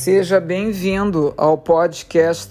Seja bem-vindo ao podcast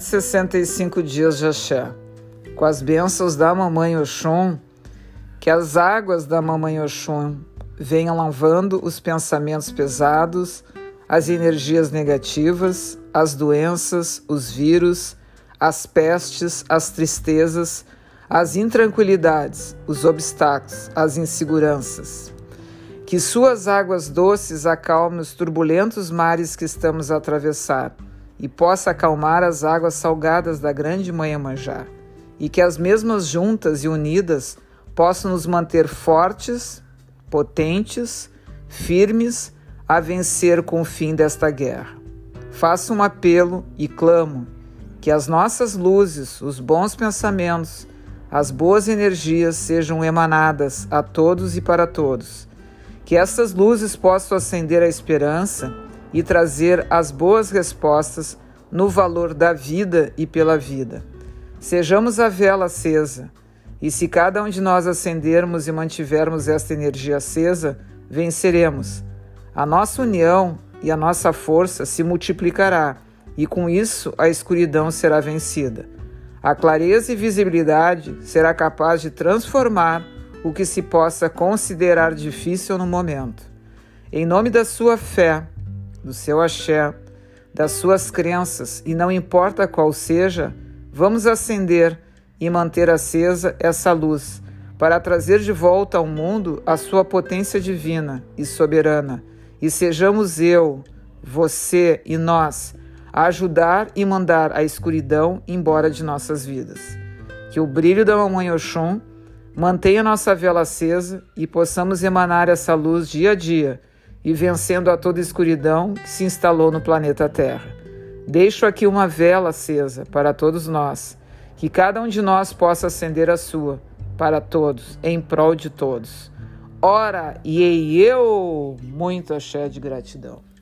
365 Dias de Axé. Com as bênçãos da Mamãe Oxum, que as águas da Mamãe Oxum venham lavando os pensamentos pesados, as energias negativas, as doenças, os vírus, as pestes, as tristezas, as intranquilidades, os obstáculos, as inseguranças. Que suas águas doces acalmem os turbulentos mares que estamos a atravessar e possa acalmar as águas salgadas da grande Mãe Iemanjá. E que as mesmas juntas e unidas possam nos manter fortes, potentes, firmes a vencer com o fim desta guerra. Faço um apelo e clamo que as nossas luzes, os bons pensamentos, as boas energias sejam emanadas a todos e para todos. Que essas luzes possam acender a esperança e trazer as boas respostas no valor da vida e pela vida. Sejamos a vela acesa, e se cada um de nós acendermos e mantivermos esta energia acesa, venceremos. A nossa união e a nossa força se multiplicará, e com isso a escuridão será vencida. A clareza e visibilidade será capaz de transformar o que se possa considerar difícil no momento. Em nome da sua fé, do seu axé, das suas crenças, e não importa qual seja, vamos acender e manter acesa essa luz, para trazer de volta ao mundo a sua potência divina e soberana, e sejamos eu, você e nós, a ajudar e mandar a escuridão embora de nossas vidas. Que o brilho da Mamãe Oxum mantenha nossa vela acesa e possamos emanar essa luz dia a dia e vencendo a toda escuridão que se instalou no planeta Terra. Deixo aqui uma vela acesa para todos nós, que cada um de nós possa acender a sua, para todos, em prol de todos. Ora, e eu, muito axé de gratidão.